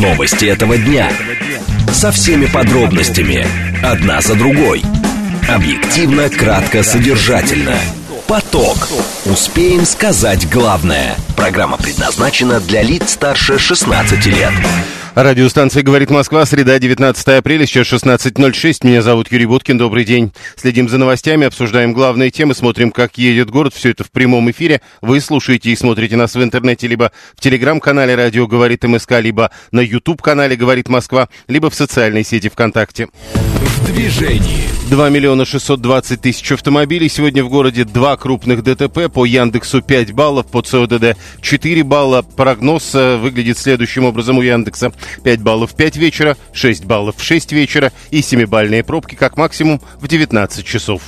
Новости этого дня. Со всеми подробностями. Одна за другой. Объективно, кратко, содержательно. Поток. Успеем сказать главное. Программа предназначена для лиц старше 16 лет. Радиостанция «Говорит Москва», среда, 19 апреля, сейчас 16:06. Меня зовут Юрий Буткин, добрый день. Следим за новостями, обсуждаем главные темы, смотрим, как едет город. Все это в прямом эфире. Вы слушаете и смотрите нас в интернете либо в телеграм-канале «Радио говорит МСК», либо на YouTube-канале «Говорит Москва», либо в социальной сети ВКонтакте. В движении. 2 620 000 автомобилей. Сегодня в городе 2 крупных ДТП. По Яндексу 5 баллов, по ЦОДД 4 балла. Прогноз выглядит следующим образом у Яндекса. 5 баллов в 5 вечера, 6 баллов в 6 вечера и 7-бальные пробки как максимум в 19 часов.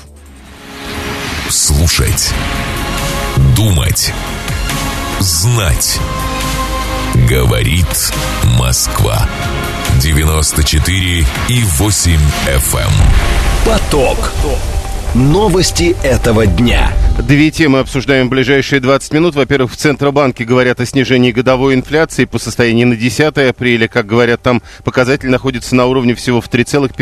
Слушать. Думать. Знать. Говорит Москва. 94,8 FM. Поток. Новости этого дня. Две темы обсуждаем в ближайшие 20 минут. Во-первых, в Центробанке говорят о снижении годовой инфляции по состоянию на 10 апреля. Как говорят, там показатель находится на уровне всего в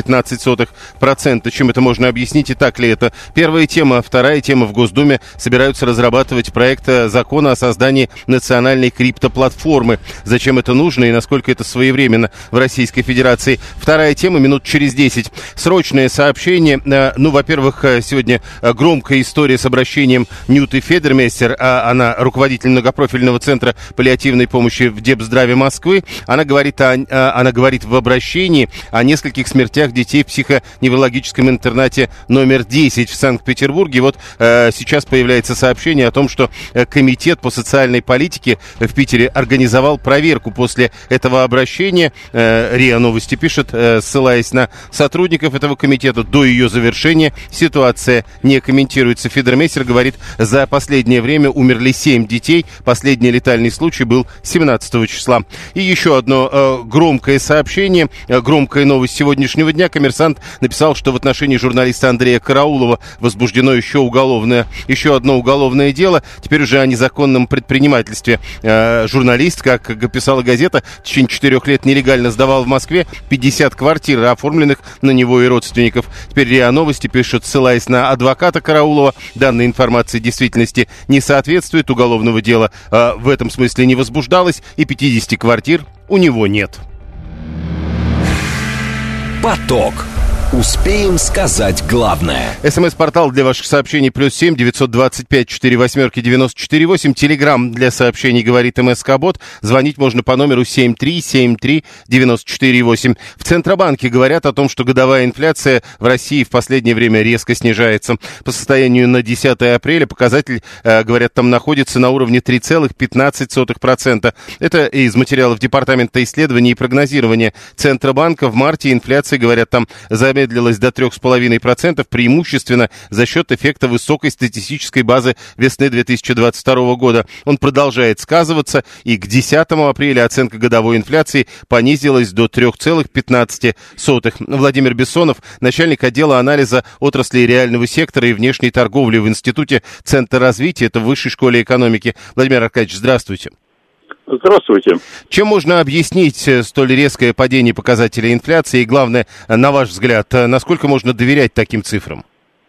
3,15%. Чем это можно объяснить и так ли это? Первая тема. Вторая тема. В Госдуме собираются разрабатывать проект закона о создании национальной криптоплатформы. Зачем это нужно и насколько это своевременно в Российской Федерации? Вторая тема минут через 10. Срочное сообщение. Во-первых, сегодня громкая история с обращением Нюты Федермейстер, она руководитель многопрофильного центра паллиативной помощи в Депздраве Москвы. Она говорит в обращении о нескольких смертях детей в психоневрологическом интернате номер 10 в Санкт-Петербурге. Вот сейчас появляется сообщение о том, что комитет по социальной политике в Питере организовал проверку после этого обращения. РИА Новости пишет, ссылаясь на сотрудников этого комитета, до ее завершения ситуация не комментируется. Федермейстер говорит, за последнее время умерли 7 детей. Последний летальный случай был 17 числа. И еще одно громкое сообщение, громкая новость сегодняшнего дня. «Коммерсант» написал, что в отношении журналиста Андрея Караулова возбуждено еще одно уголовное дело. Теперь уже о незаконном предпринимательстве. Журналист, как писала газета, в течение 4 лет нелегально сдавал в Москве 50 квартир, оформленных на него и родственников. Теперь РИА Новости пишут, ссылаясь на адвоката Караулова, данная информация действительности не соответствует, уголовного дела в этом смысле не возбуждалось, и 50 квартир у него нет. Поток. Успеем сказать главное. СМС-портал для ваших сообщений +7 925 48 94 8. Телеграм для сообщений говорит МСК-бот. Звонить можно по номеру 7373 94 8. В Центробанке говорят о том, что годовая инфляция в России в последнее время резко снижается. По состоянию на 10 апреля показатель, говорят, там находится на уровне 3,15%. Это из материалов Департамента исследований и прогнозирования Центробанка. В марте инфляция, говорят, там замедлилась до 3,5%, преимущественно за счет эффекта высокой статистической базы весны 2022 года. Он продолжает сказываться, и к 10 апреля оценка годовой инфляции понизилась до 3,15%. Владимир Бессонов, начальник отдела анализа отраслей реального сектора и внешней торговли в Институте Центра развития, это в Высшей школе экономики. Владимир Аркадьевич, здравствуйте. Здравствуйте. Чем можно объяснить столь резкое падение показателей инфляции? И главное, на ваш взгляд, насколько можно доверять таким цифрам?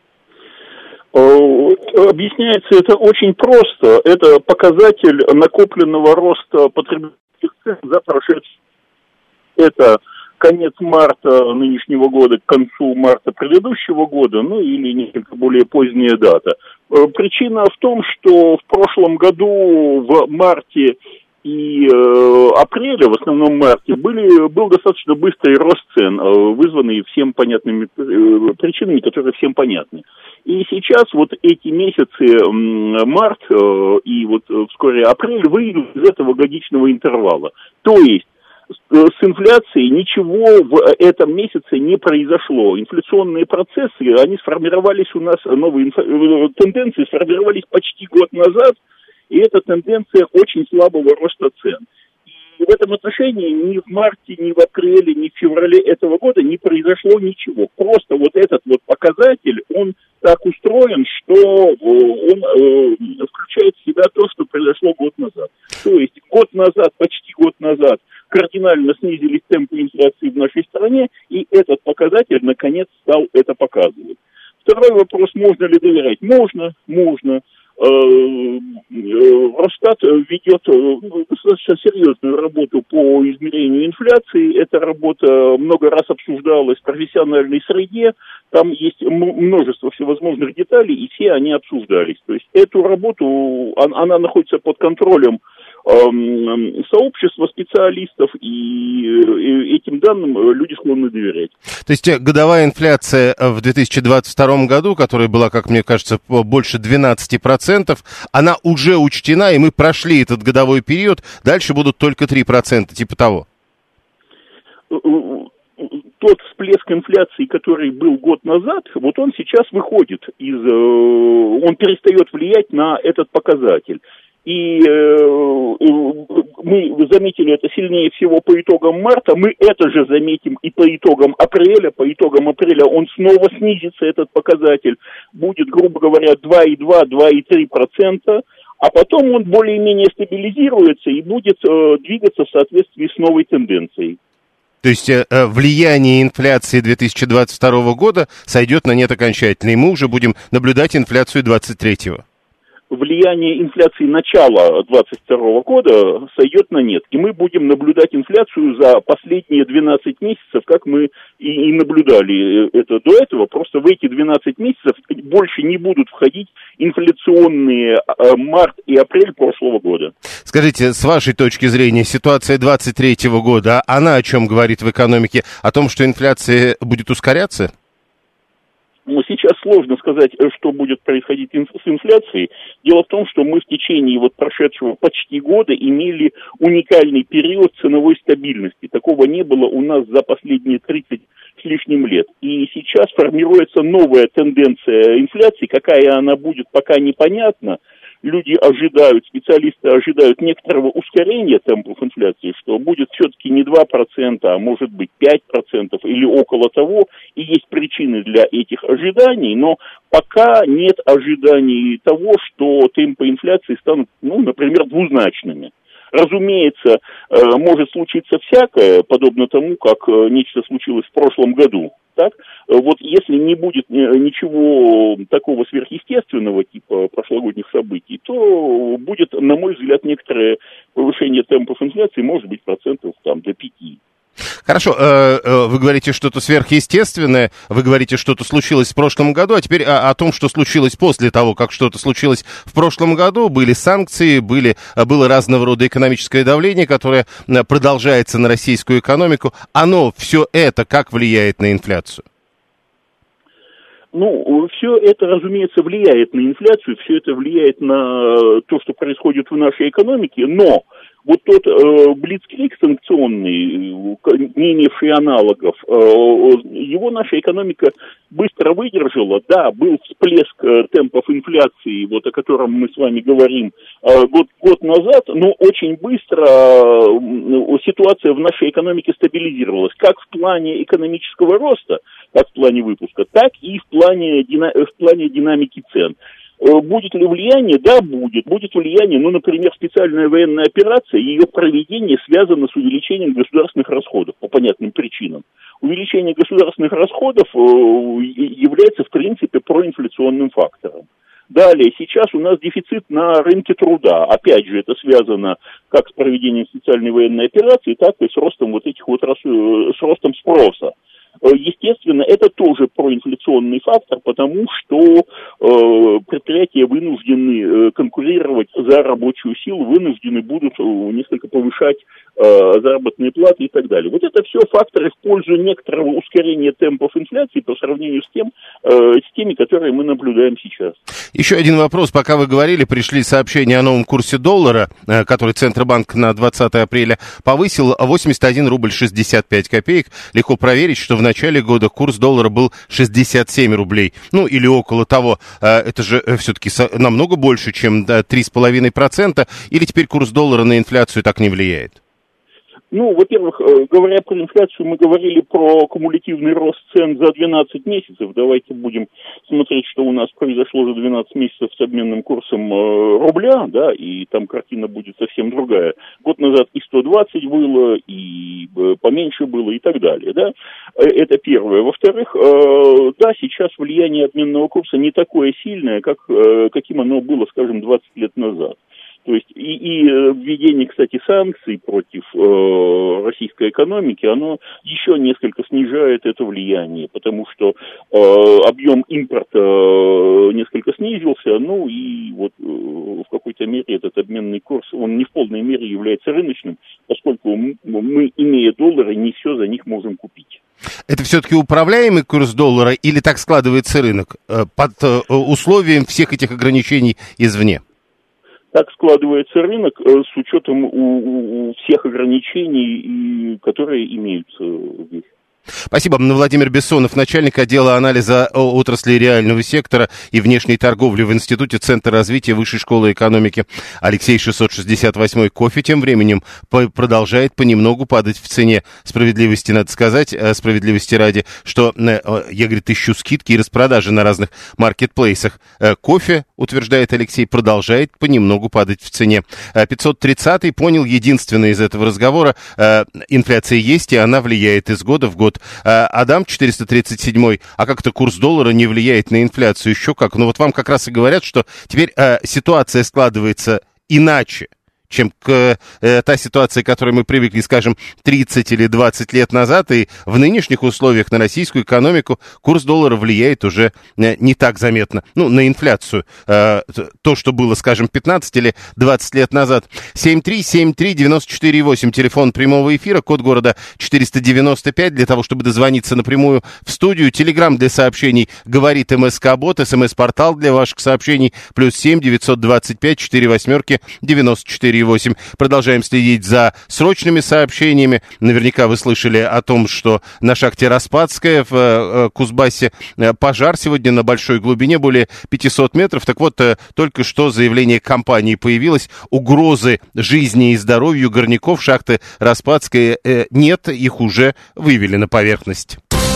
Объясняется это очень просто. Это показатель накопленного роста потребительских цен за прошедший. Это конец марта нынешнего года к концу марта предыдущего года, или несколько более поздняя дата. Причина в том, что в прошлом году в марте и апреля, в основном марте, был достаточно быстрый рост цен, вызванный всем понятными причинами, которые всем понятны. И сейчас вот эти месяцы, март и вот вскоре апрель, выйдут из этого годичного интервала. То есть с инфляцией ничего в этом месяце не произошло. Инфляционные процессы, они сформировались у нас, новые тенденции сформировались почти год назад, и это тенденция очень слабого роста цен. в этом отношении ни в марте, ни в апреле, ни в феврале этого года не произошло ничего. Просто вот этот вот показатель, он так устроен, что он включает в себя то, что произошло год назад. То есть почти год назад, кардинально снизились темпы инфляции в нашей стране, и этот показатель, наконец, стал это показывать. Второй вопрос, можно ли доверять? Можно. Росстат ведет достаточно серьезную работу по измерению инфляции. Эта работа много раз обсуждалась в профессиональной среде. Там есть множество всевозможных деталей, и все они обсуждались. То есть эту работу, она находится под контролем сообщества специалистов, и этим данным люди склонны доверять. То есть годовая инфляция в 2022 году, которая была, как мне кажется, больше 12%, она уже учтена, и мы прошли этот годовой период, дальше будут только 3%, типа того. Тот всплеск инфляции, который был год назад, вот он сейчас выходит он перестает влиять на этот показатель. И мы заметили это сильнее всего по итогам марта, мы это же заметим и по итогам апреля. По итогам апреля он снова снизится, этот показатель, будет, грубо говоря, 2,2-2,3%, а потом он более-менее стабилизируется и будет двигаться в соответствии с новой тенденцией. То есть влияние инфляции 2022 года сойдет на нет окончательно, и мы уже будем наблюдать инфляцию 2023. Влияние инфляции начала 2022 года сойдет на нет. И мы будем наблюдать инфляцию за последние 12 месяцев, как мы и наблюдали это до этого. Просто в эти 12 месяцев больше не будут входить инфляционные март и апрель прошлого года. Скажите, с вашей точки зрения, ситуация 2023 года, она о чем говорит в экономике? О том, что инфляция будет ускоряться? Сейчас сложно сказать, что будет происходить с инфляцией. Дело в том, что мы в течение прошедшего почти года имели уникальный период ценовой стабильности. Такого не было у нас за последние 30 с лишним лет. И сейчас формируется новая тенденция инфляции. Какая она будет, пока непонятно. Люди ожидают, специалисты ожидают некоторого ускорения темпов инфляции, что будет все-таки не 2%, а может быть 5% или около того, и есть причины для этих ожиданий, но пока нет ожиданий того, что темпы инфляции станут, например, двузначными. Разумеется, может случиться всякое, подобно тому, как нечто случилось в прошлом году. Так? Вот если не будет ничего такого сверхъестественного, типа прошлогодних событий, то будет, на мой взгляд, некоторое повышение темпов инфляции, может быть, процентов до 5. Хорошо, вы говорите что-то сверхъестественное, вы говорите, что-то случилось в прошлом году, а теперь о том, что случилось после того, как что-то случилось в прошлом году. Были санкции, было разного рода экономическое давление, которое продолжается на российскую экономику. Все это как влияет на инфляцию? Все это, разумеется, влияет на инфляцию, все это влияет на то, что происходит в нашей экономике, но вот тот блицкриг санкционный, не имевший аналогов, его наша экономика быстро выдержала. Да, был всплеск темпов инфляции, о котором мы с вами говорим, год назад, но очень быстро ситуация в нашей экономике стабилизировалась, как в плане экономического роста, как в плане выпуска, так и в плане динамики цен. Будет ли влияние? Да, будет. Будет влияние, например, специальная военная операция, ее проведение связано с увеличением государственных расходов по понятным причинам. Увеличение государственных расходов является, в принципе, проинфляционным фактором. Далее, сейчас у нас дефицит на рынке труда. Опять же, это связано как с проведением специальной военной операции, так и с ростом с ростом спроса. Естественно, это тоже проинфляционный фактор, потому что предприятия вынуждены конкурировать за рабочую силу, вынуждены будут несколько повышать заработные платы и так далее. Вот это все факторы в пользу некоторого ускорения темпов инфляции по сравнению с теми, которые мы наблюдаем сейчас. Еще один вопрос. Пока вы говорили, пришли сообщения о новом курсе доллара, который Центробанк на 20 апреля повысил 81 рубль 65 копеек. Легко проверить, что в начале года курс доллара был 67 рублей. Или около того. Это же все-таки намного больше, чем 3,5%. Или теперь курс доллара на инфляцию так не влияет? Ну, во-первых, говоря про инфляцию, мы говорили про кумулятивный рост цен за 12 месяцев. Давайте будем смотреть, что у нас произошло за 12 месяцев с обменным курсом рубля, да, и там картина будет совсем другая. Год назад и 120 было, и поменьше было, и так далее, да. Это первое. Во-вторых, да, сейчас влияние обменного курса не такое сильное, каким оно было, скажем, 20 лет назад. То есть и введение, кстати, санкций против российской экономики, оно еще несколько снижает это влияние, потому что объем импорта несколько снизился, ну и вот в какой-то мере этот обменный курс, он не в полной мере является рыночным, поскольку мы, имея доллары, не все за них можем купить. Это все-таки управляемый курс доллара или так складывается рынок под условием всех этих ограничений извне? Так складывается рынок с учетом у всех ограничений, которые имеются здесь. Спасибо. Владимир Бессонов, начальник отдела анализа отрасли реального сектора и внешней торговли в Институте Центра развития Высшей школы экономики. Алексей 668 кофе тем временем продолжает понемногу падать в цене. Справедливости, надо сказать, справедливости ради, что я, говорит, ищу скидки и распродажи на разных маркетплейсах. Кофе, утверждает Алексей, продолжает понемногу падать в цене. 530-й понял единственное из этого разговора. Инфляция есть, и она влияет из года в год. Адам 437-й, а как-то курс доллара не влияет на инфляцию? Еще как? Ну вот вам как раз и говорят, что теперь ситуация складывается иначе, чем та ситуация, к которой мы привыкли, скажем, 30 или 20 лет назад, и в нынешних условиях на российскую экономику курс доллара влияет уже не так заметно. Ну, на инфляцию. То, что было, скажем, 15 или 20 лет назад. 7373948, телефон прямого эфира, код города 495, для того, чтобы дозвониться напрямую в студию. Телеграм для сообщений говорит МСК-бот, СМС-портал для ваших сообщений, +7 925 48 94 8. Продолжаем следить за срочными сообщениями. Наверняка вы слышали о том, что на шахте Распадская в Кузбассе пожар сегодня на большой глубине, более 500 метров. Так вот, только что заявление компании появилось. Угрозы жизни и здоровью горняков шахты Распадская нет, их уже вывели на поверхность.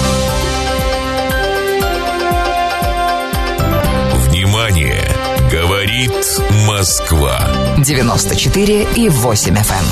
Внимание! Говорит Москва. 94,8 FM.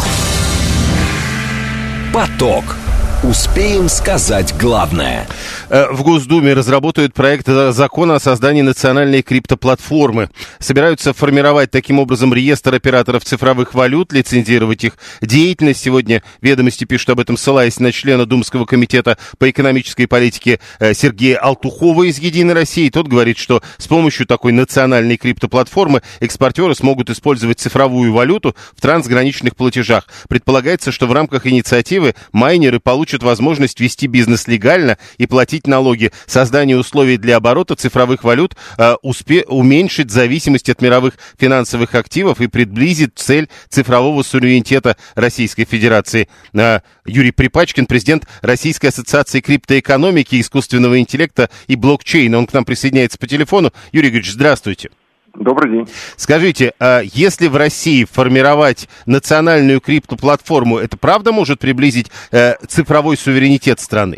Поток. Успеем сказать главное. В Госдуме разработают проект закона о создании национальной криптоплатформы. Собираются формировать таким образом реестр операторов цифровых валют, лицензировать их деятельность. Сегодня «Ведомости» пишут об этом, ссылаясь на члена Думского комитета по экономической политике Сергея Алтухова из «Единой России». Тот говорит, что с помощью такой национальной криптоплатформы экспортеры смогут использовать цифровую валюту в трансграничных платежах. Предполагается, что в рамках инициативы майнеры получат возможность вести бизнес легально и платить налоги. Создание условий для оборота цифровых валют уменьшит зависимость от мировых финансовых активов и приблизит цель цифрового суверенитета Российской Федерации. Юрий Припачкин, президент Российской ассоциации криптоэкономики, искусственного интеллекта и блокчейна. Он к нам присоединяется по телефону. Юрий Григорьевич, здравствуйте. Добрый день. Скажите, если в России формировать национальную криптоплатформу, это правда может приблизить цифровой суверенитет страны?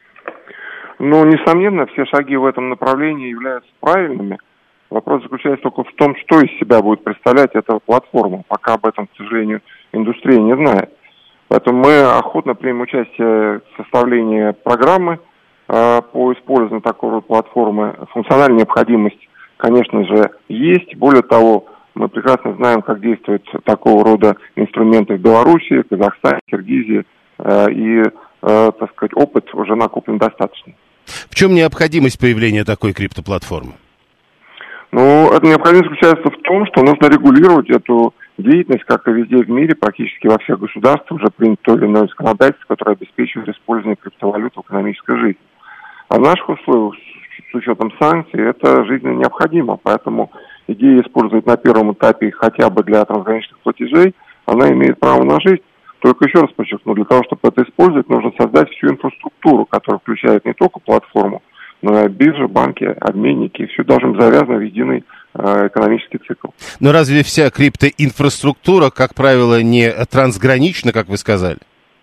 Ну, несомненно, все шаги в этом направлении являются правильными. Вопрос заключается только в том, что из себя будет представлять эта платформа. Пока об этом, к сожалению, индустрия не знает. Поэтому мы охотно примем участие в составлении программы по использованию такой платформы. Функциональная необходимость, конечно же, есть. Более того, мы прекрасно знаем, как действуют такого рода инструменты в Беларуси, Казахстане, Киргизии. И, так сказать, опыт уже накоплен достаточно. В чем необходимость появления такой криптоплатформы? Ну, эта необходимость заключается в том, что нужно регулировать эту деятельность, как и везде в мире, практически во всех государствах уже принято то или иное законодательство, которое обеспечивает использование криптовалют в экономической жизни. А в наших условиях, с учетом санкций, это жизненно необходимо. Поэтому идея использовать на первом этапе хотя бы для трансграничных платежей, она имеет право на жизнь. Только еще раз подчеркну, для того, чтобы это использовать, нужно создать всю инфраструктуру, которая включает не только платформу, но и биржи, банки, обменники. Все должно быть завязано в единый экономический цикл. Но разве вся криптоинфраструктура, как правило, не трансгранична, как вы сказали?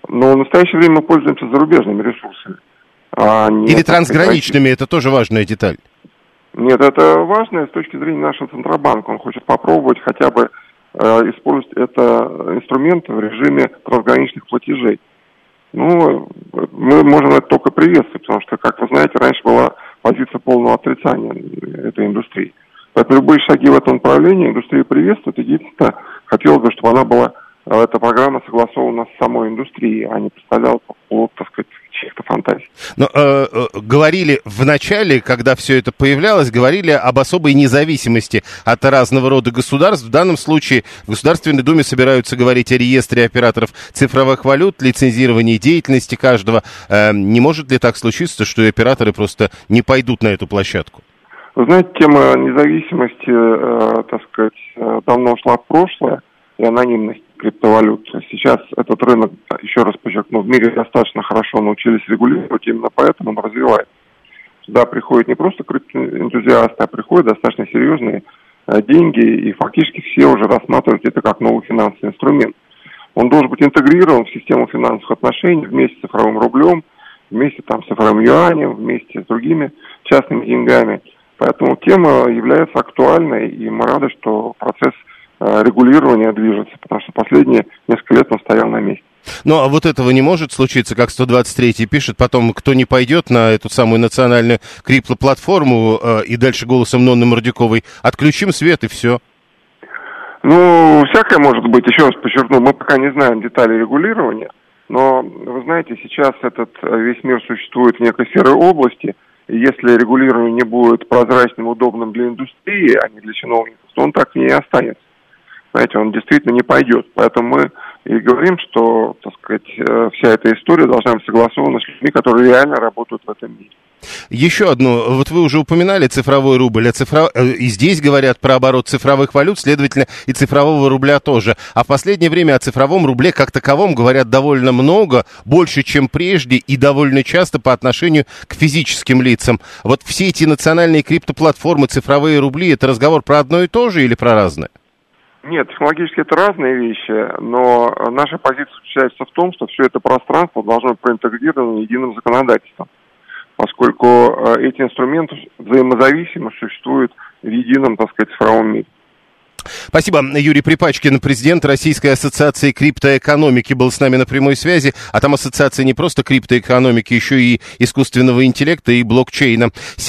Но в настоящее время мы пользуемся зарубежными ресурсами. Или трансграничными, это тоже важная деталь. Нет, это важно с точки зрения нашего Центробанка. Он хочет попробовать хотя бы использовать это инструмент в режиме трансграничных платежей. Ну, мы можем это только приветствовать, потому что, как вы знаете, раньше была позиция полного отрицания этой индустрии. Поэтому любые шаги в этом направлении индустрия приветствует. Единственное, хотелось бы, чтобы эта программа согласована с самой индустрией, а не представляла плод, так сказать, чьих-то фантазий. Но говорили в начале, когда все это появлялось, говорили об особой независимости от разного рода государств. В данном случае в Государственной Думе собираются говорить о реестре операторов цифровых валют, лицензировании деятельности каждого. Не может ли так случиться, что и операторы просто не пойдут на эту площадку? Вы знаете, тема независимости, так сказать, давно ушла в прошлое, и анонимность криптовалют. Сейчас этот рынок, еще раз подчеркну, в мире достаточно хорошо научились регулировать, именно поэтому он развивается. Сюда приходят не просто криптоэнтузиасты, а приходят достаточно серьезные деньги, и фактически все уже рассматривают это как новый финансовый инструмент. Он должен быть интегрирован в систему финансовых отношений вместе с цифровым рублем, вместе с цифровым юанем, вместе с другими частными деньгами. Поэтому тема является актуальной, и мы рады, что процесс регулирования движется, потому что последние несколько лет он стоял на месте. Ну, а вот этого не может случиться, как 123-й пишет, потом, кто не пойдет на эту самую национальную криптоплатформу и дальше голосом Нонны Мордюковой, отключим свет и все. Ну, всякое может быть. Еще раз подчеркну, мы пока не знаем деталей регулирования, но, вы знаете, сейчас этот весь мир существует в некой серой области, и если регулирование не будет прозрачным, удобным для индустрии, а не для чиновников, то он так и не останется. Знаете, он действительно не пойдет. Поэтому мы и говорим, что, так сказать, вся эта история должна быть согласована с людьми, которые реально работают в этом мире. Еще одно. Вот вы уже упоминали цифровой рубль, и здесь говорят про оборот цифровых валют, следовательно, и цифрового рубля тоже. А в последнее время о цифровом рубле как таковом говорят довольно много, больше, чем прежде, и довольно часто по отношению к физическим лицам. Вот все эти национальные криптоплатформы, цифровые рубли, это разговор про одно и то же или про разное? Нет, технологически это разные вещи, но наша позиция заключается в том, что все это пространство должно быть проинтегрировано единым законодательством, поскольку эти инструменты взаимозависимо существуют в едином, так сказать, цифровом мире. Спасибо. Юрий Припачкин, президент Российской ассоциации криптоэкономики, был с нами на прямой связи. А там ассоциация не просто криптоэкономики, еще и искусственного интеллекта и блокчейна.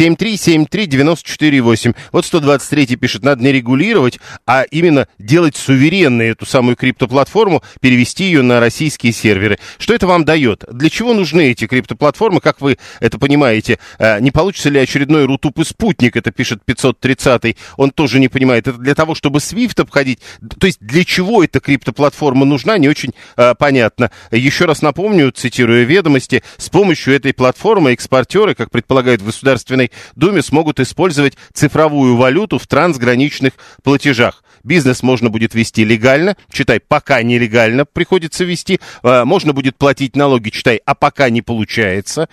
7373948. Вот 123 пишет, надо не регулировать, а именно делать суверенной эту самую криптоплатформу, перевести ее на российские серверы. Что это вам дает? Для чего нужны эти криптоплатформы? Как вы это понимаете? Не получится ли очередной рутуб и спутник? Это пишет 530. Он тоже не понимает. Это для того, чтобы SWIFT обходить. То есть для чего эта криптоплатформа нужна, не очень понятно. Еще раз напомню, цитируя «Ведомости», с помощью этой платформы экспортеры, как предполагают в Государственной Думе, смогут использовать цифровую валюту в трансграничных платежах. Бизнес можно будет вести легально, читай, пока нелегально приходится вести. Можно будет платить налоги, читай, а пока не получается.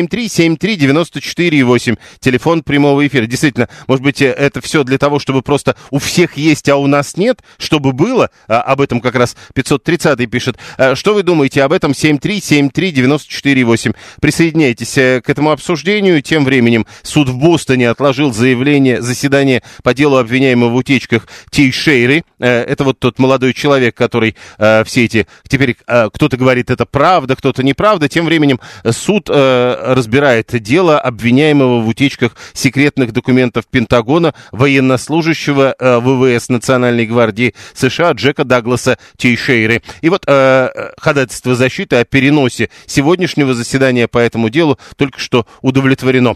7373948, телефон прямого эфира. Действительно, может быть, это все для того, чтобы просто у всех есть, а у нас нет, чтобы было. Об этом как раз 530-й пишет. Что вы думаете об этом? 7373948. Присоединяйтесь к этому обсуждению. Тем временем суд в Бостоне отложил заседание по делу обвиняемого в утечках Тейшейры. Это вот тот молодой человек, который все эти... Теперь кто-то говорит, это правда, кто-то неправда. Тем временем суд разбирает дело обвиняемого в утечках секретных документов Пентагона военнослужащего ВВС Национальной гвардии США Джека Дагласа Тейшейры. И вот ходатайство защиты о переносе сегодняшнего заседания по этому делу только что удовлетворено.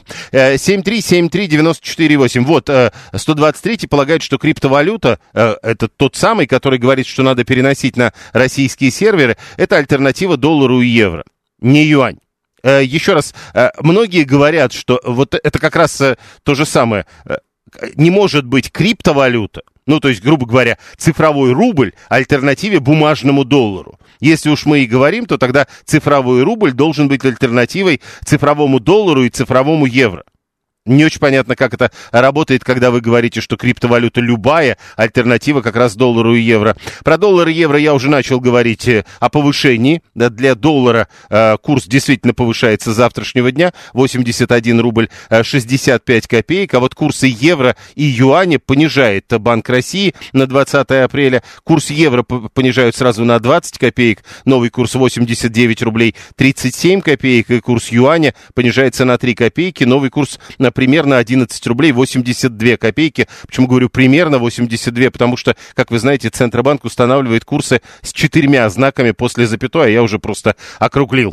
7373948. Вот, 123 полагает, что криптовалюта, это тот самый, который говорит, что надо переносить на российские серверы, это альтернатива доллару и евро, не юань. Еще раз, многие говорят, что вот это как раз то же самое. Не может быть криптовалюта, ну, то есть, грубо говоря, цифровой рубль альтернативе бумажному доллару. Если уж мы и говорим, то тогда цифровой рубль должен быть альтернативой цифровому доллару и цифровому евро. Не очень понятно, как это работает, когда вы говорите, что криптовалюта любая, альтернатива как раз доллару и евро. Про доллар и евро я уже начал говорить о повышении. Для доллара курс действительно повышается с завтрашнего дня. 81 рубль 65 копеек. А вот курсы евро и юаня понижает Банк России на 20 апреля. Курс евро понижают сразу на 20 копеек. Новый курс 89 рублей 37 копеек. И курс юаня понижается на 3 копейки. Новый курс примерно 11 рублей 82 копейки. Почему говорю примерно 82? Потому что, как вы знаете, Центробанк устанавливает курсы с 4 знаками после запятой, а я уже просто округлил.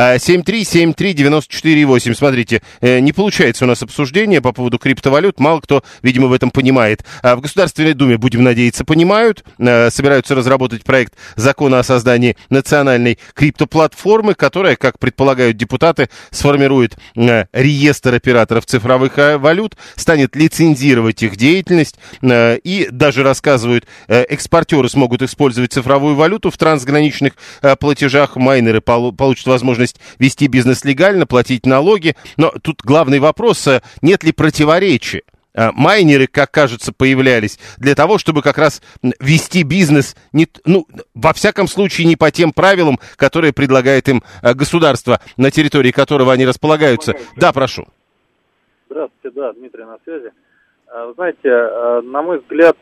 7373948. Смотрите, не получается у нас обсуждение по поводу криптовалют. Мало кто, видимо, в этом понимает. В Государственной Думе, будем надеяться, понимают. Собираются разработать проект закона о создании национальной криптоплатформы, которая, как предполагают депутаты, сформирует реестр операторов цифровых валют, станет лицензировать их деятельность и даже рассказывают, экспортеры смогут использовать цифровую валюту в трансграничных платежах, майнеры получат возможность вести бизнес легально, платить налоги, но тут главный вопрос, нет ли противоречия? Майнеры, как кажется, появлялись для того, чтобы как раз вести бизнес, во всяком случае, не по тем правилам, которые предлагает им государство, на территории которого они располагаются. Да, прошу. Здравствуйте, да, Дмитрий на связи. Знаете, на мой взгляд,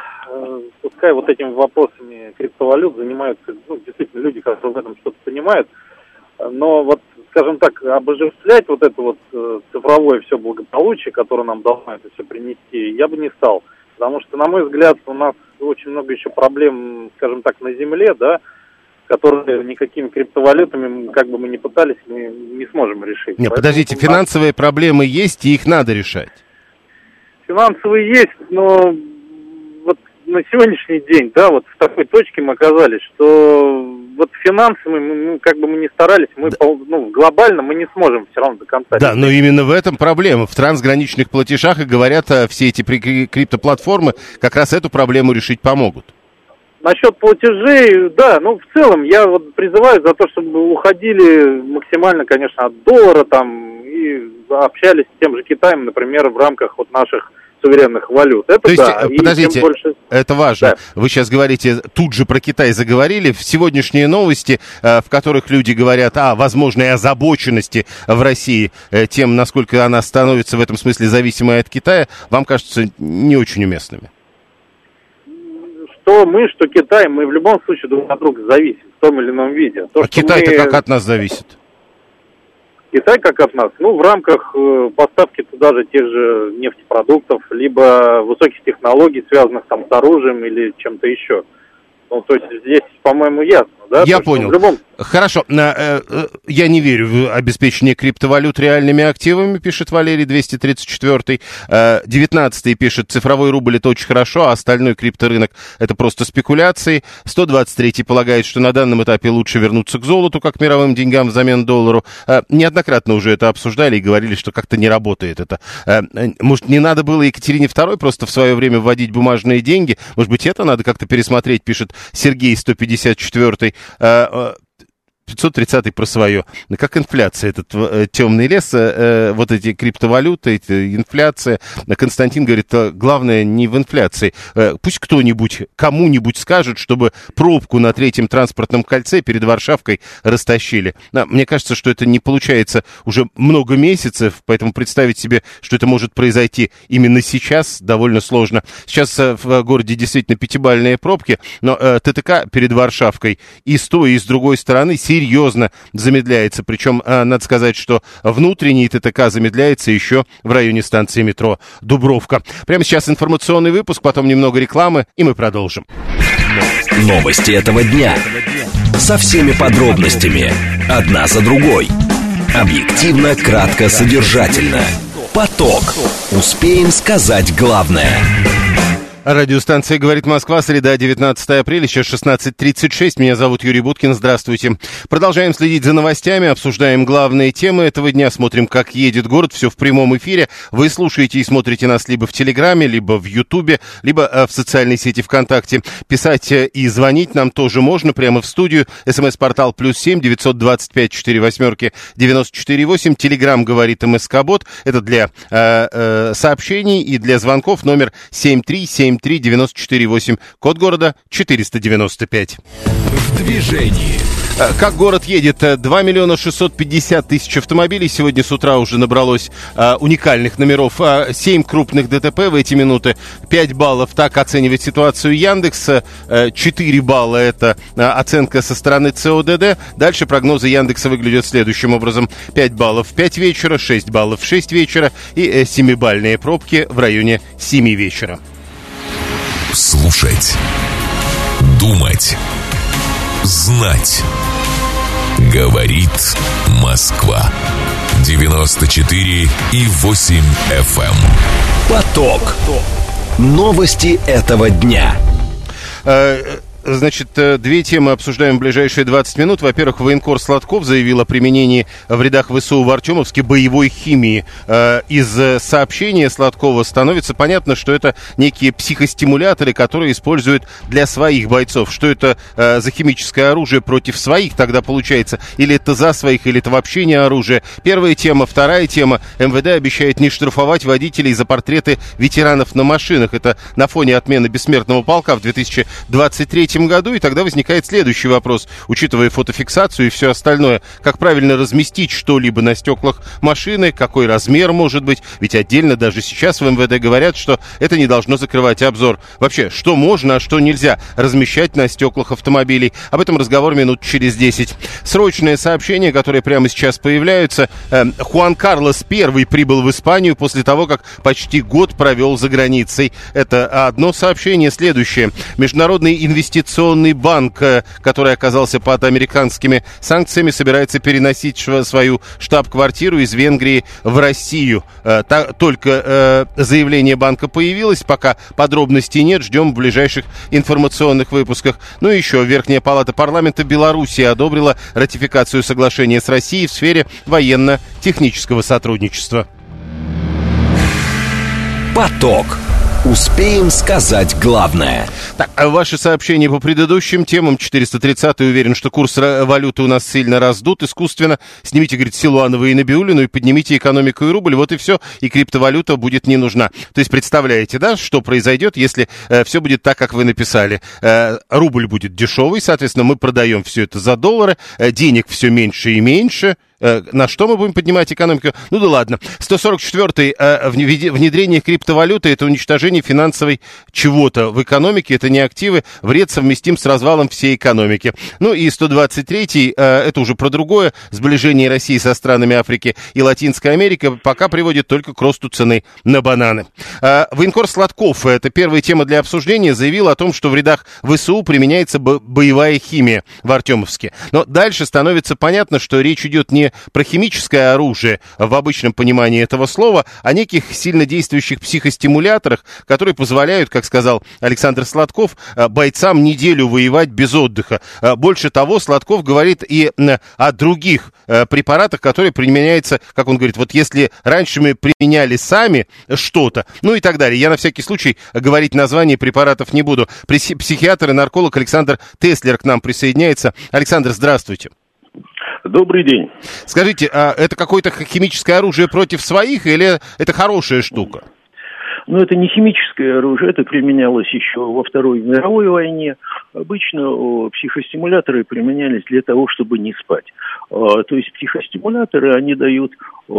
пускай вот этими вопросами криптовалют занимаются, действительно, люди, которые в этом что-то понимают, но вот, скажем так, обожествлять вот это вот цифровое все благополучие, которое нам должно это все принести, я бы не стал. Потому что, на мой взгляд, у нас очень много еще проблем, скажем так, на земле, да, которые никакими криптовалютами, как бы мы ни пытались, мы не сможем решить. Нет, подождите, финансовые проблемы есть, и их надо решать. Финансовые есть, но вот на сегодняшний день, да, вот в такой точке мы оказались, что вот финансами мы как бы мы ни старались, мы глобально мы не сможем все равно до конца. Да, но именно в этом проблема. В трансграничных платежах, и говорят, все эти криптоплатформы как раз эту проблему решить помогут. Насчет платежей, да, в целом я вот призываю за то, чтобы уходили максимально, конечно, от доллара там и общались с тем же Китаем, например, в рамках вот наших суверенных валют. Это то есть, да. Подождите, это важно. Да. Вы сейчас говорите, тут же про Китай заговорили. В сегодняшние новости, в которых люди говорят о возможной озабоченности в России тем, насколько она становится в этом смысле зависимой от Китая, вам кажутся не очень уместными? Что мы, что Китай, мы в любом случае друг от друга зависим в том или ином виде. А Китай-то как от нас зависит? Китай как от нас? В рамках поставки туда же тех же нефтепродуктов, либо высоких технологий, связанных там с оружием или чем-то еще. То есть здесь, по-моему, ясно, да? Я понял. Хорошо. Я не верю в обеспечение криптовалют реальными активами, пишет Валерий 234-й. 19-й пишет, цифровой рубль это очень хорошо, а остальной крипторынок это просто спекуляции. 123-й полагает, что на данном этапе лучше вернуться к золоту, как мировым деньгам взамен доллару. Неоднократно уже это обсуждали и говорили, что как-то не работает это. Может, не надо было Екатерине II просто в свое время вводить бумажные деньги? Может быть, это надо как-то пересмотреть, пишет Сергей 154-й. 530-й про свое. Как инфляция, этот темный лес, вот эти криптовалюты, инфляция. Константин говорит, главное не в инфляции. Пусть кто-нибудь, кому-нибудь скажет, чтобы пробку на третьем транспортном кольце перед Варшавкой растащили. Мне кажется, что это не получается уже много месяцев, поэтому представить себе, что это может произойти именно сейчас, довольно сложно. Сейчас в городе действительно пятибалльные пробки, но ТТК перед Варшавкой и с той, и с другой стороны серьезно замедляется. Причем, надо сказать, что внутренний ТТК замедляется еще в районе станции метро Дубровка. Прямо сейчас информационный выпуск, потом немного рекламы, и мы продолжим. Новости этого дня. Со всеми подробностями. Одна за другой. Объективно, кратко, содержательно. Поток. Успеем сказать главное. Радиостанция «Говорит Москва», среда, 19 апреля, сейчас 16:36. Меня зовут Юрий Буткин, здравствуйте. Продолжаем следить за новостями, обсуждаем главные темы этого дня, смотрим, как едет город, все в прямом эфире. Вы слушаете и смотрите нас либо в Телеграме, либо в Ютубе, либо в социальной сети ВКонтакте. Писать и звонить нам тоже можно прямо в студию. СМС-портал +7 925 48 94 8. Телеграм «Говорит МСК-бот». Это для сообщений и для звонков номер 7373948, код города 495. В движении. Как город едет? 2 миллиона 650 тысяч автомобилей. Сегодня с утра уже набралось уникальных номеров. 7 крупных ДТП в эти минуты. 5 баллов, так оценивает ситуацию Яндекс. 4 балла — это оценка со стороны ЦОДД. Дальше прогнозы Яндекса выглядят следующим образом. 5 баллов в 5 вечера, 6 баллов в 6 вечера и 7-бальные пробки в районе 7 вечера. Слушать. Думать. Знать. Говорит Москва. 94,8 FM. Поток. Новости этого дня. Значит, две темы обсуждаем в ближайшие 20 минут. Во-первых, военкор Сладков заявил о применении в рядах ВСУ в Артемовске боевой химии. Из сообщения Сладкова становится понятно, что это некие психостимуляторы, которые используют для своих бойцов. Что это за химическое оружие против своих тогда получается? Или это за своих, или это вообще не оружие? Первая тема. Вторая тема. МВД обещает не штрафовать водителей за портреты ветеранов на машинах. Это на фоне отмены бессмертного полка в 2023 году, и тогда возникает следующий вопрос. Учитывая фотофиксацию и все остальное, как правильно разместить что-либо на стеклах машины, какой размер может быть, ведь отдельно даже сейчас в МВД говорят, что это не должно закрывать обзор. Вообще, что можно, а что нельзя размещать на стеклах автомобилей? Об этом разговор минут через 10. Срочное сообщение, которое прямо сейчас появляется. Хуан Карлос I прибыл в Испанию после того, как почти год провел за границей. Это одно сообщение. Следующее. Международный инвестиционный банк, который оказался под американскими санкциями, собирается переносить свою штаб-квартиру из Венгрии в Россию. Только заявление банка появилось, пока подробностей нет, ждем в ближайших информационных выпусках. Ну и еще, Верхняя палата парламента Беларуси одобрила ратификацию соглашения с Россией в сфере военно-технического сотрудничества. Поток. Успеем сказать главное. Так, а ваши сообщения по предыдущим темам. 430-й уверен, что курс валюты у нас сильно раздут искусственно. Снимите, говорит, Силуанова и Набиуллину и поднимите экономику и рубль. Вот и все. И криптовалюта будет не нужна. То есть представляете, да, что произойдет, если все будет так, как вы написали. Рубль будет дешевый, соответственно, мы продаем все это за доллары. Денег все меньше и меньше. На что мы будем поднимать экономику? Ну да ладно. 144-й внедрение криптовалюты — это уничтожение финансовой чего-то в экономике, это не активы, вред совместим с развалом всей экономики. Ну и 123-й, это уже про другое, сближение России со странами Африки и Латинской Америки пока приводит только к росту цены на бананы. Военкор Сладков, это первая тема для обсуждения, заявил о том, что в рядах ВСУ применяется боевая химия в Артемовске. Но дальше становится понятно, что речь идет не про химическое оружие в обычном понимании этого слова, а неких сильнодействующих психостимуляторах, которые позволяют, как сказал Александр Сладков, бойцам неделю воевать без отдыха. Больше того, Сладков говорит и о других препаратах, которые применяются, как он говорит, вот если раньше мы применяли сами что-то, ну и так далее. Я на всякий случай говорить название препаратов не буду. Психиатр и нарколог Александр Теслер к нам присоединяется. Александр, здравствуйте. Добрый день. Скажите, а это какое-то химическое оружие против своих или это хорошая штука? Но это не химическое оружие, это применялось еще во Второй мировой войне. Обычно психостимуляторы применялись для того, чтобы не спать. То есть психостимуляторы, они дают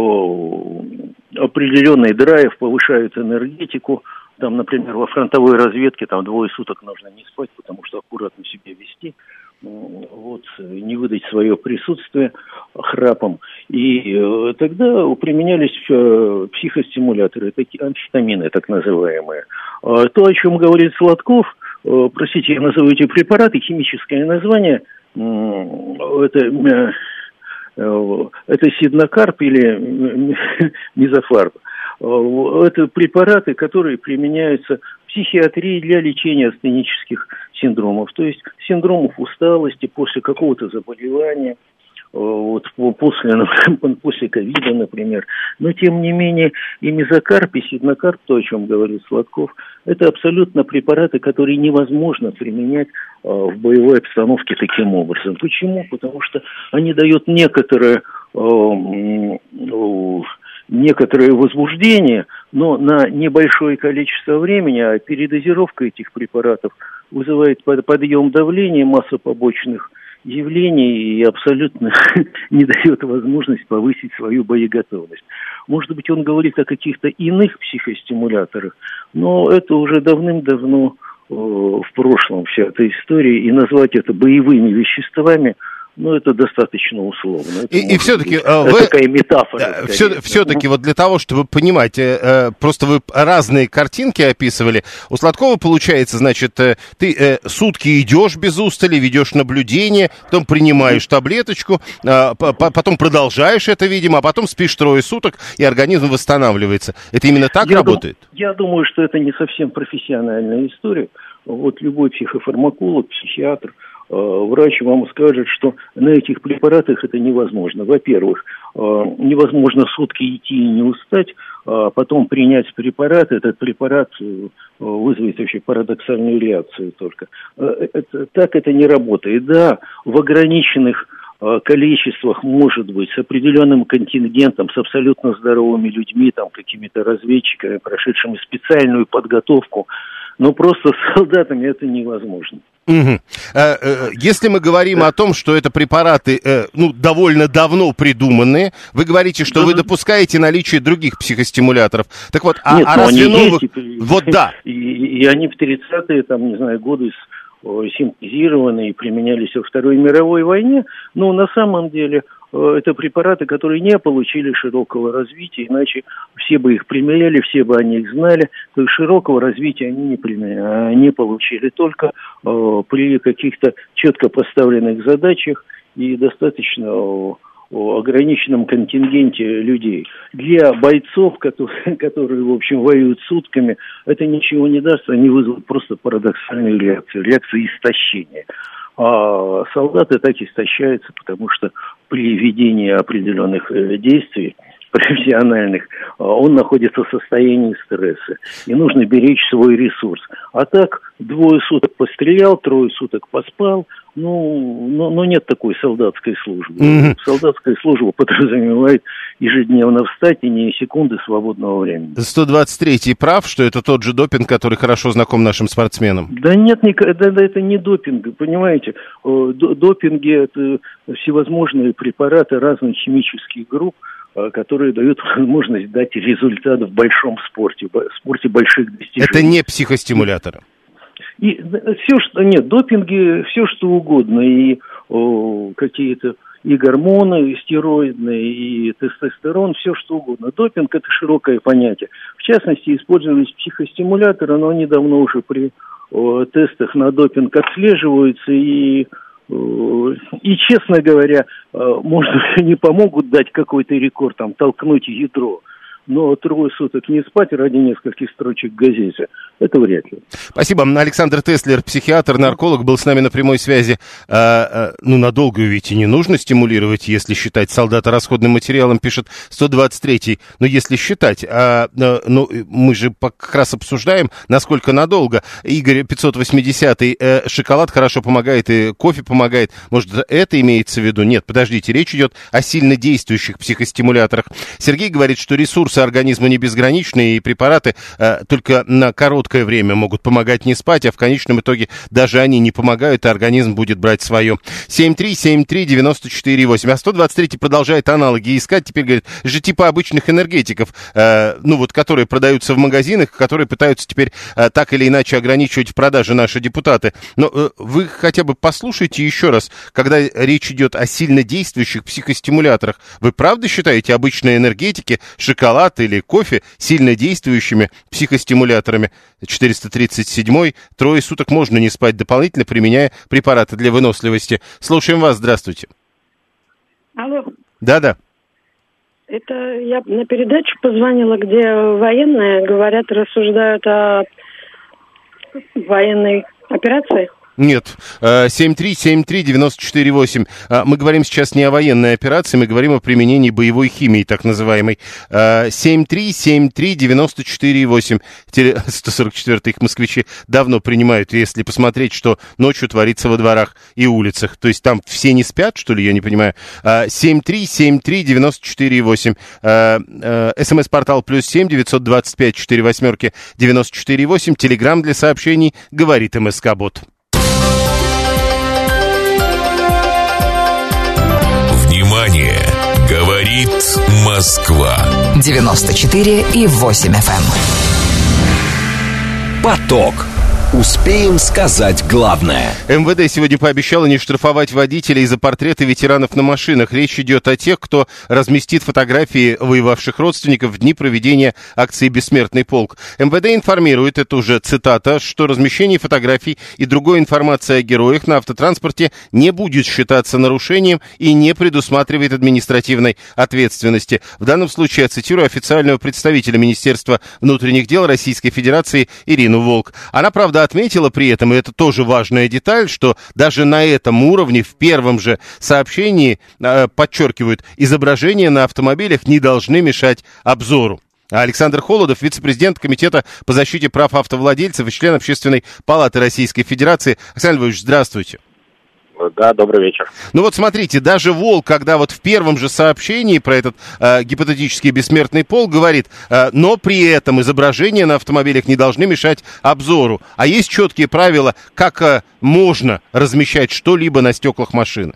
определенный драйв, повышают энергетику. Там, например, во фронтовой разведке там 2 суток нужно не спать, потому что аккуратно себя вести. Вот, не выдать свое присутствие храпом. И тогда применялись психостимуляторы, такие амфетамины, так называемые. То, о чем говорит Сладков, простите, я назову эти препараты, химическое название, это сиднокарп или мезофарб. Это препараты, которые применяются в психиатрии для лечения астенических синдромов, то есть синдромов усталости после какого-то заболевания, после ковида, например. Но, тем не менее, и мезокарп, и сиднокарп, то, о чем говорит Сладков, это абсолютно препараты, которые невозможно применять в боевой обстановке таким образом. Почему? Потому что они дают некоторое возбуждение, но на небольшое количество времени, а передозировка этих препаратов вызывает подъем давления, масса побочных явлений и абсолютно не дает возможность повысить свою боеготовность. Может быть, он говорит о каких-то иных психостимуляторах, но это уже давным-давно в прошлом вся эта история, и назвать это боевыми веществами, это достаточно условно. И все-таки такая метафора. Все-таки вот для того, чтобы понимать, просто вы разные картинки описывали. У Сладкова получается, значит, ты сутки идешь без устали, ведешь наблюдение, потом принимаешь таблеточку, потом продолжаешь это, видимо, а потом спишь 3 суток, и организм восстанавливается. Это именно так работает? Я думаю, что это не совсем профессиональная история. Вот любой психофармаколог, психиатр, врач вам скажет, что на этих препаратах это невозможно. Во-первых, невозможно сутки идти и не устать, а потом принять препарат. Этот препарат вызовет вообще парадоксальную реакцию только. Так это не работает. Да, в ограниченных количествах, может быть, с определенным контингентом, с абсолютно здоровыми людьми, там, какими-то разведчиками, прошедшими специальную подготовку, но просто с солдатами это невозможно. Угу. Если мы говорим о том, что это препараты, довольно давно придуманные, вы говорите, что вы допускаете наличие других психостимуляторов. Так вот, Нет, разве новых... Вот да. И они в 30-е, годы синтезированы и применялись во Второй мировой войне, но на самом деле это препараты, которые не получили широкого развития, иначе все бы их применяли, все бы о них знали. То есть широкого развития они не получили, только при каких-то четко поставленных задачах и достаточно ограниченном контингенте людей. Для бойцов, которые, в общем, воюют сутками, это ничего не даст, они вызовут просто парадоксальную реакцию истощения. А солдаты так истощаются, потому что при ведении определенных действий профессиональных, он находится в состоянии стресса. И нужно беречь свой ресурс. А так, 2 суток пострелял, 3 суток поспал, но нет такой солдатской службы. Mm-hmm. Солдатская служба подразумевает ежедневно встать и не секунды свободного времени. 123-й прав, что это тот же допинг, который хорошо знаком нашим спортсменам? Да нет, это не допинг, понимаете. Допинги – это всевозможные препараты разных химических групп, которые дают возможность дать результат в большом спорте, в спорте больших достижений. Это не психостимуляторы? И все, что нет, допинги, все что угодно, и какие-то и гормоны, и стероидные, и тестостерон, все что угодно. Допинг – это широкое понятие. В частности, использовались психостимуляторы, но они давно уже при тестах на допинг отслеживаются, и, честно говоря, может быть, они помогут дать какой-то рекорд, там, толкнуть ядро. Но 3 суток не спать ради нескольких строчек в газете, это вряд ли. Спасибо. Александр Теслер, психиатр, нарколог, был с нами на прямой связи. Надолго ведь и не нужно стимулировать, если считать солдата расходным материалом, пишет 123-й. Но если считать, мы же как раз обсуждаем, насколько надолго. Игорь 580-й, шоколад хорошо помогает и кофе помогает. Может, это имеется в виду? Нет, подождите, речь идет о сильно действующих психостимуляторах. Сергей говорит, что ресурсы организма не безграничны, и препараты только на короткое время могут помогать не спать, а в конечном итоге даже они не помогают, а организм будет брать свое. 7373948. А 123 продолжает аналоги искать. Теперь говорит, же типа обычных энергетиков, которые продаются в магазинах, которые пытаются теперь так или иначе ограничивать в продаже наши депутаты. Но вы хотя бы послушайте еще раз, когда речь идет о сильно действующих психостимуляторах. Вы правда считаете обычные энергетики, шоколад или кофе сильно действующими психостимуляторами? 437-й. 3 суток можно не спать, дополнительно применяя препараты для выносливости. Слушаем вас, здравствуйте. Алло. Да-да. Это я на передачу позвонила, где военные говорят, рассуждают о военной операции. Нет, 7373948. Мы говорим сейчас не о военной операции, мы говорим о применении боевой химии, так называемой. 7373948. 144-й их москвичи давно принимают, если посмотреть, что ночью творится во дворах и улицах. То есть там все не спят, что ли, я не понимаю. 7373948. СМС-портал +7 925 48 948. Телеграм для сообщений говорит МСК-бот. Внимание! Говорит Москва. 94,8 FM. Поток. Успеем сказать главное. МВД сегодня пообещало не штрафовать водителей за портреты ветеранов на машинах. Речь идет о тех, кто разместит фотографии воевавших родственников в дни проведения акции «Бессмертный полк». МВД информирует, это уже цитата, что размещение фотографий и другой информации о героях на автотранспорте не будет считаться нарушением и не предусматривает административной ответственности. В данном случае я цитирую официального представителя Министерства внутренних дел Российской Федерации Ирину Волк. Она, правда, отметила при этом, и это тоже важная деталь, что даже на этом уровне в первом же сообщении подчеркивают, изображения на автомобилях не должны мешать обзору. Александр Холодов, вице-президент Комитета по защите прав автовладельцев и член Общественной палаты Российской Федерации. Александр Львович, здравствуйте. Да, добрый вечер. Ну вот смотрите, даже Волк, когда вот в первом же сообщении про этот гипотетический бессмертный полк говорит, но при этом изображения на автомобилях не должны мешать обзору. А есть четкие правила, как можно размещать что-либо на стеклах машины?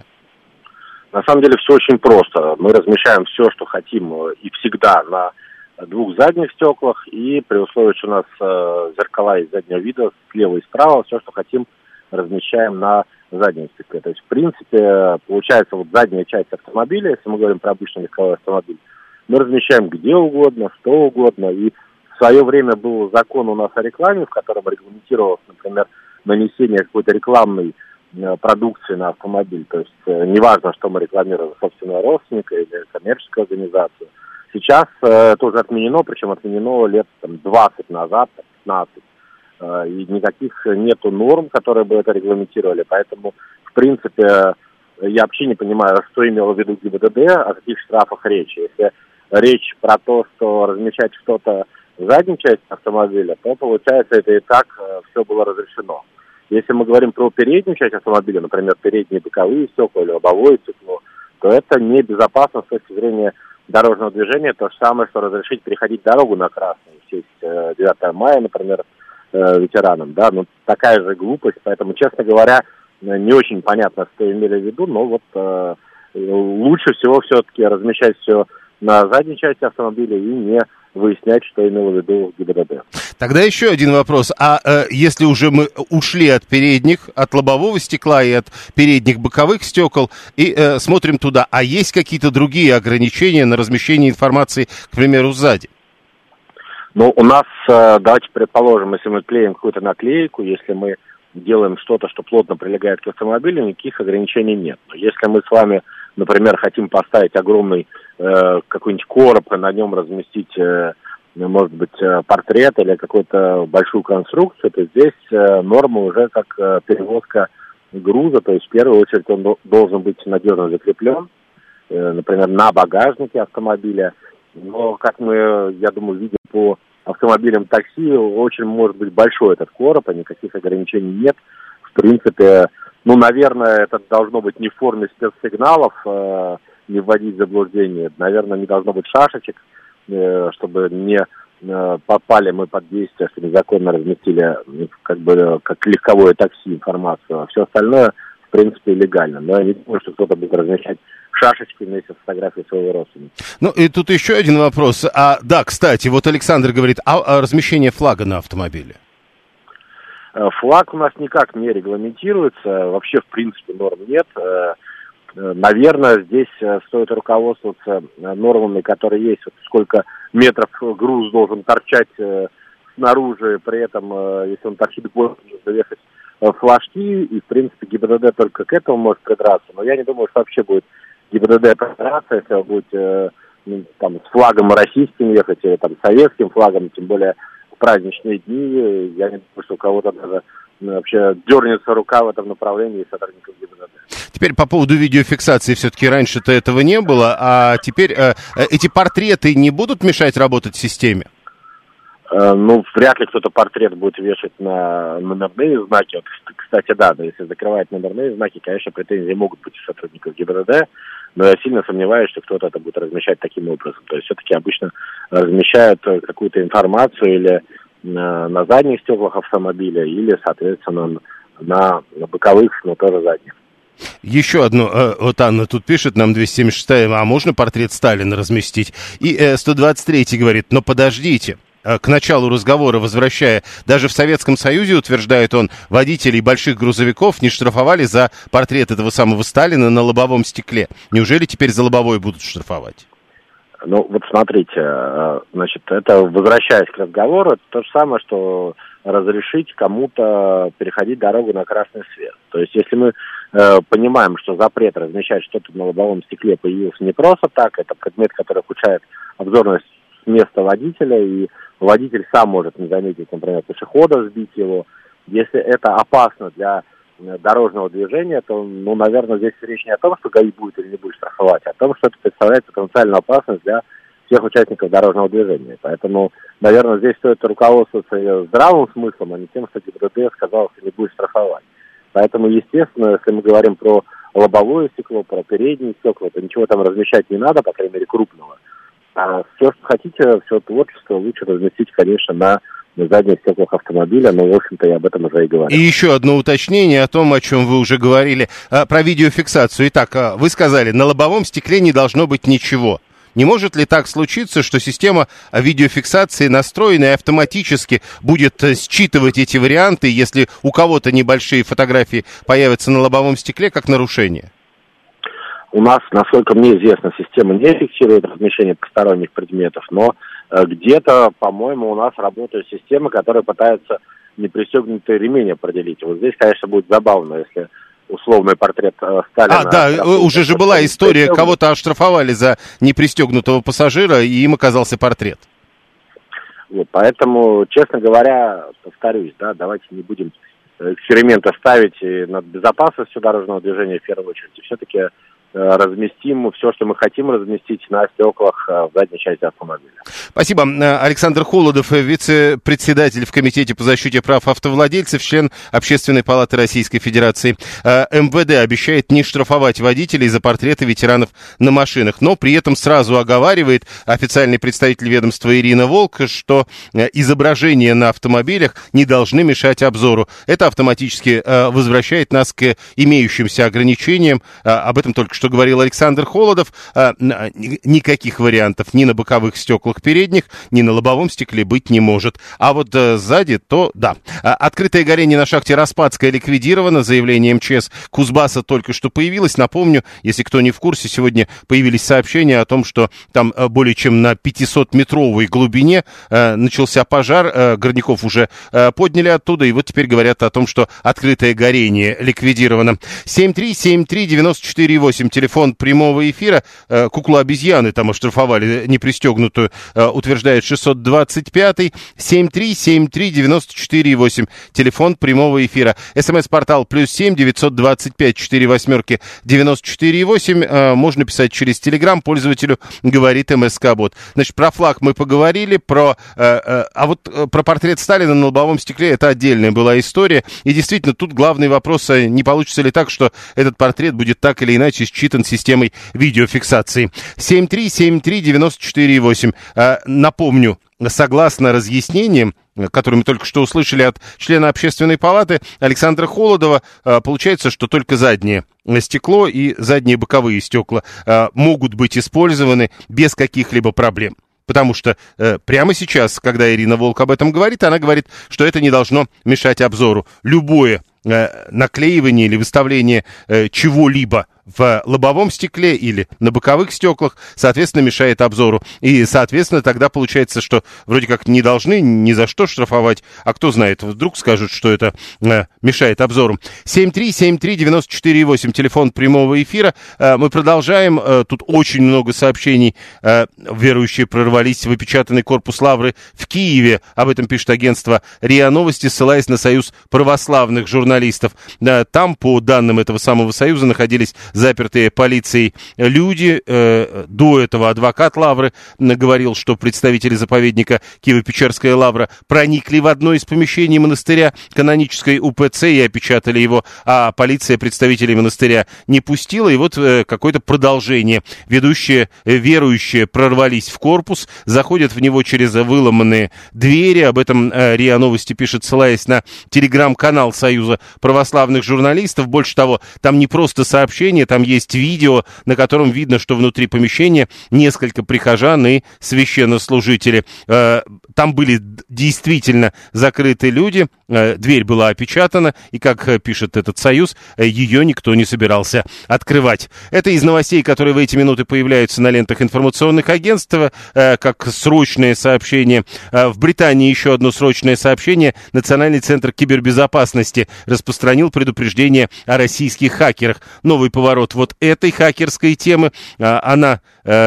На самом деле все очень просто. Мы размещаем все, что хотим, и всегда на двух задних стеклах, и при условии, что у нас зеркала из заднего вида, слева и справа, все, что хотим, размещаем на заднем стекле. То есть, в принципе, получается, вот задняя часть автомобиля, если мы говорим про обычный легковой автомобиль, мы размещаем где угодно, что угодно. И в свое время был закон у нас о рекламе, в котором регламентировалось, например, нанесение какой-то рекламной продукции на автомобиль. То есть, неважно, что мы рекламируем, собственного родственника или коммерческую организацию. Сейчас это уже отменено, причем отменено лет 20 назад, 15. И никаких нету норм, которые бы это регламентировали. Поэтому, в принципе, я вообще не понимаю, что имело в виду ГИБДД, о каких штрафах речь. Если речь про то, что размещать что-то в задней части автомобиля, то, получается, это и так все было разрешено. Если мы говорим про переднюю часть автомобиля, например, передние боковые стекла или лобовое стекло, то это небезопасно с точки зрения дорожного движения. То же самое, что разрешить переходить дорогу на красный, в честь 9 мая, например, ветеранам, да, ну, такая же глупость, поэтому, честно говоря, не очень понятно, что имели в виду, но вот лучше всего все-таки размещать все на задней части автомобиля и не выяснять, что имело в виду ГИБДД. Тогда еще один вопрос. Если уже мы ушли от передних, от лобового стекла и от передних боковых стекол и смотрим туда, а есть какие-то другие ограничения на размещение информации, к примеру, сзади? Ну, у нас, давайте предположим, если мы клеим какую-то наклейку, если мы делаем что-то, что плотно прилегает к автомобилю, никаких ограничений нет. Но если мы с вами, например, хотим поставить огромный какой-нибудь короб и на нем разместить, может быть, портрет или какую-то большую конструкцию, то здесь норма уже как перевозка груза, то есть в первую очередь он должен быть надежно закреплен, например, на багажнике автомобиля. Но, как мы, я думаю, видим по автомобилям такси, очень может быть большой этот короб, а никаких ограничений нет. В принципе, ну, наверное, это должно быть не в форме спецсигналов, не вводить в заблуждение. Наверное, не должно быть шашечек, чтобы не попали мы под действие, что незаконно разместили как легковое такси информацию. А все остальное, в принципе, легально. Но я не думаю, что кто-то будет размещать шашечки вместе с фотографией своего родственника. Ну, и тут еще один вопрос. Да, кстати, вот Александр говорит, размещение флага на автомобиле? Флаг у нас никак не регламентируется. Вообще, в принципе, норм нет. Наверное, здесь стоит руководствоваться нормами, которые есть. Вот сколько метров груз должен торчать снаружи, при этом, если он торчит больше, нужно ехать флажки. И, в принципе, ГИБДД только к этому может придраться. Но я не думаю, что вообще будет ГИБДД придраться, если вы будете там, с флагом российским ехать или там советским флагом, тем более в праздничные дни. Я не думаю, что у кого-то даже вообще дернется рука в этом направлении сотрудников ГИБДД. Теперь по поводу видеофиксации. Все-таки раньше-то этого не было, а теперь эти портреты не будут мешать работать системе? Ну, вряд ли кто-то портрет будет вешать на номерные знаки. Вот, кстати, да, если закрывать номерные знаки, конечно, претензии могут быть у сотрудников ГИБДД, но я сильно сомневаюсь, что кто-то это будет размещать таким образом. То есть все-таки обычно размещают какую-то информацию или на задних стеклах автомобиля, или, соответственно, на боковых, но тоже задних. Еще одно, вот Анна тут пишет, нам 276-я, а можно портрет Сталина разместить? И 123-й говорит, но подождите. К началу разговора, возвращая, даже в Советском Союзе, утверждает он, водителей больших грузовиков не штрафовали за портрет этого самого Сталина на лобовом стекле. Неужели теперь за лобовой будут штрафовать? Ну, вот смотрите, значит, это, возвращаясь к разговору, это то же самое, что разрешить кому-то переходить дорогу на красный свет. То есть, если мы понимаем, что запрет размещать что-то на лобовом стекле появился не просто так, это предмет, который ухудшает обзорность места водителя, и водитель сам может не заметить, например, пешехода, сбить его. Если это опасно для дорожного движения, то, ну, наверное, здесь речь не о том, что ГАИ будет или не будет штрафовать, а о том, что это представляет потенциальную опасность для всех участников дорожного движения. Поэтому, наверное, здесь стоит руководствоваться здравым смыслом, а не тем, что ГИБДД сказал, что не будет штрафовать. Поэтому, естественно, если мы говорим про лобовое стекло, про передние стекла, то ничего там размещать не надо, по крайней мере, крупного. А все, что хотите, все творчество лучше разместить, конечно, на задних стеклах автомобиля, но, в общем-то, я об этом уже и говорил. И еще одно уточнение о том, о чем вы уже говорили, про видеофиксацию. Итак, вы сказали, на лобовом стекле не должно быть ничего. Не может ли так случиться, что система видеофиксации, настроенная автоматически, будет считывать эти варианты, если у кого-то небольшие фотографии появятся на лобовом стекле, как нарушение? У нас, насколько мне известно, система не фиксирует размещение посторонних предметов, но где-то, по-моему, у нас работают системы, которые пытаются непристегнутый ремень определить. Вот здесь, конечно, будет забавно, если условный портрет Сталина... Да, уже же была история, кого-то оштрафовали за непристегнутого пассажира, и им оказался портрет. Вот, поэтому, честно говоря, повторюсь, да, давайте не будем эксперименты ставить над безопасностью дорожного движения в первую очередь, и все-таки разместим все, что мы хотим разместить на стеклах в задней части автомобиля. Спасибо. Александр Холодов, вице-председатель в Комитете по защите прав автовладельцев, член Общественной палаты Российской Федерации. МВД обещает не штрафовать водителей за портреты ветеранов на машинах, но при этом сразу оговаривает официальный представитель ведомства Ирина Волк, что изображения на автомобилях не должны мешать обзору. Это автоматически возвращает нас к имеющимся ограничениям. Об этом только что говорил Александр Холодов. Никаких вариантов ни на боковых стеклах передних, ни на лобовом стекле быть не может. А вот сзади, то да. Открытое горение на шахте Распадская ликвидировано. Заявление МЧС Кузбасса только что появилось. Напомню, если кто не в курсе, сегодня появились сообщения о том, что там более чем на 500-метровой глубине начался пожар. Горняков уже подняли оттуда. И вот теперь говорят о том, что открытое горение ликвидировано. 7373948. Телефон прямого эфира. Куклу-обезьяны там оштрафовали, не пристегнутую, утверждает 625-й. 7373948. Телефон прямого эфира. СМС-портал +7 925 48 94,8. Можно писать через Телеграм. Пользователю говорит МСК-бот. Значит, про флаг мы поговорили, про портрет Сталина на лобовом стекле это отдельная была история. И действительно, тут главный вопрос, не получится ли так, что этот портрет будет так или иначе считан системой видеофиксации. 7373948. Напомню, согласно разъяснениям, которые мы только что услышали от члена Общественной палаты Александра Холодова, получается, что только заднее стекло и задние боковые стекла могут быть использованы без каких-либо проблем. Потому что прямо сейчас, когда Ирина Волк об этом говорит, она говорит, что это не должно мешать обзору. Любое наклеивание или выставление чего-либо в лобовом стекле или на боковых стеклах, соответственно, мешает обзору. И, соответственно, тогда получается, что вроде как не должны ни за что штрафовать, а кто знает, вдруг скажут, что это мешает обзору. 7373948, телефон прямого эфира. Мы продолжаем. Тут очень много сообщений. Верующие прорвались в опечатанный корпус Лавры в Киеве. Об этом пишет агентство РИА Новости, ссылаясь на Союз православных журналистов. Там, по данным этого самого союза, находились запертые полицией люди. До этого адвокат Лавры говорил, что представители заповедника Киево-Печерская Лавра проникли в одно из помещений монастыря канонической УПЦ и опечатали его, а полиция представителей монастыря не пустила. И вот какое-то продолжение. Верующие прорвались в корпус, заходят в него через выломанные двери. Об этом РИА Новости пишет, ссылаясь на телеграм-канал Союза православных журналистов. Больше того, там не просто сообщение, там есть видео, на котором видно, что внутри помещения несколько прихожан и священнослужители. Там были действительно закрыты люди, дверь была опечатана, и, как пишет этот союз, ее никто не собирался открывать. Это из новостей, которые в эти минуты появляются на лентах информационных агентств, как срочное сообщение. В Британии еще одно срочное сообщение. Национальный центр кибербезопасности распространил предупреждение о российских хакерах. Новый поворот вот этой хакерской темы. Она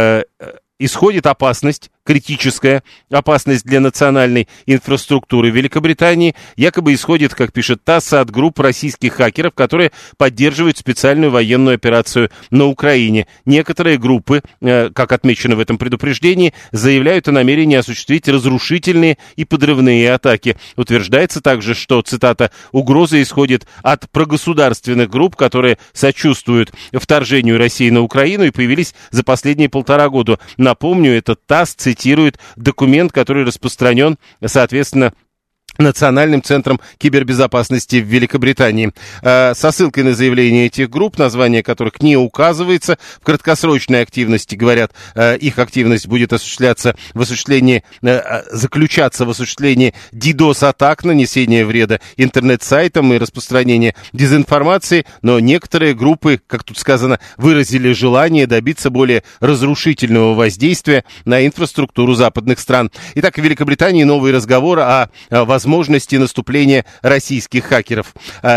исходит опасность, критическая опасность для национальной инфраструктуры Великобритании, якобы исходит, как пишет ТАСС, от групп российских хакеров, которые поддерживают специальную военную операцию на Украине. Некоторые группы, как отмечено в этом предупреждении, заявляют о намерении осуществить разрушительные и подрывные атаки. Утверждается также, что, цитата, «угроза исходит от прогосударственных групп, которые сочувствуют вторжению России на Украину и появились за последние 1,5 года». Напомню, это ТАСС цитирует документ, который распространен, соответственно, Национальным центром кибербезопасности в Великобритании. Со ссылкой на заявление этих групп, название которых не указывается, в краткосрочной активности, говорят, их активность будет заключаться в осуществлении DDoS-атак, нанесения вреда интернет-сайтам и распространения дезинформации, но некоторые группы, как тут сказано, выразили желание добиться более разрушительного воздействия на инфраструктуру западных стран. Итак, в Великобритании новый разговор о возможности наступления российских хакеров.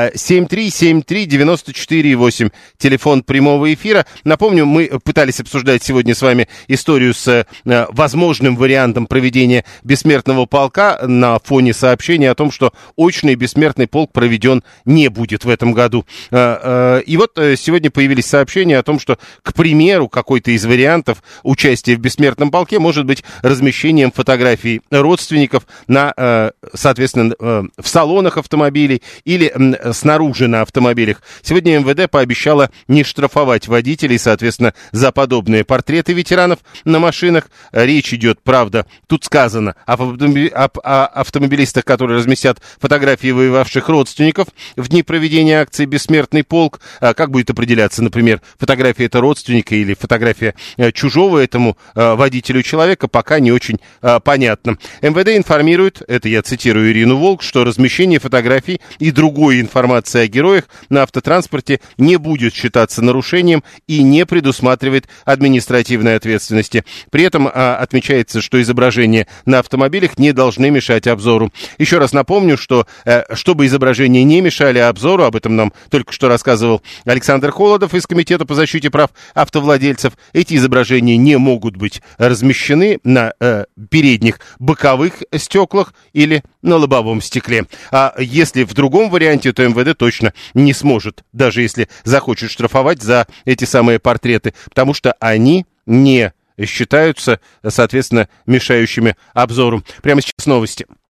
7373948, телефон прямого эфира. Напомню, мы пытались обсуждать сегодня с вами историю с возможным вариантом проведения бессмертного полка на фоне сообщения о том, что очный бессмертный полк проведен не будет в этом году. И вот сегодня появились сообщения о том, что, к примеру, какой-то из вариантов участия в бессмертном полке может быть размещением фотографий родственников на, соответственно, в салонах автомобилей или снаружи на автомобилях. Сегодня МВД пообещало не штрафовать водителей, соответственно, за подобные портреты ветеранов на машинах. Речь идет, правда, тут сказано об автомобилистах, которые разместят фотографии воевавших родственников в дни проведения акции «Бессмертный полк». Как будет определяться, например, фотография это родственника или фотография чужого этому водителю человека, пока не очень понятно. МВД информирует, это я цитирую Ирину Волк, что размещение фотографий и другой информации о героях на автотранспорте не будет считаться нарушением и не предусматривает административной ответственности. При этом отмечается, что изображения на автомобилях не должны мешать обзору. Еще раз напомню, что чтобы изображения не мешали обзору, об этом нам только что рассказывал Александр Холодов из Комитета по защите прав автовладельцев, эти изображения не могут быть размещены на передних боковых стеклах или на лобовом стекле. А если в другом варианте, то МВД точно не сможет, даже если захочет штрафовать за эти самые портреты, потому что они не считаются, соответственно, мешающими обзору. Прямо сейчас новости.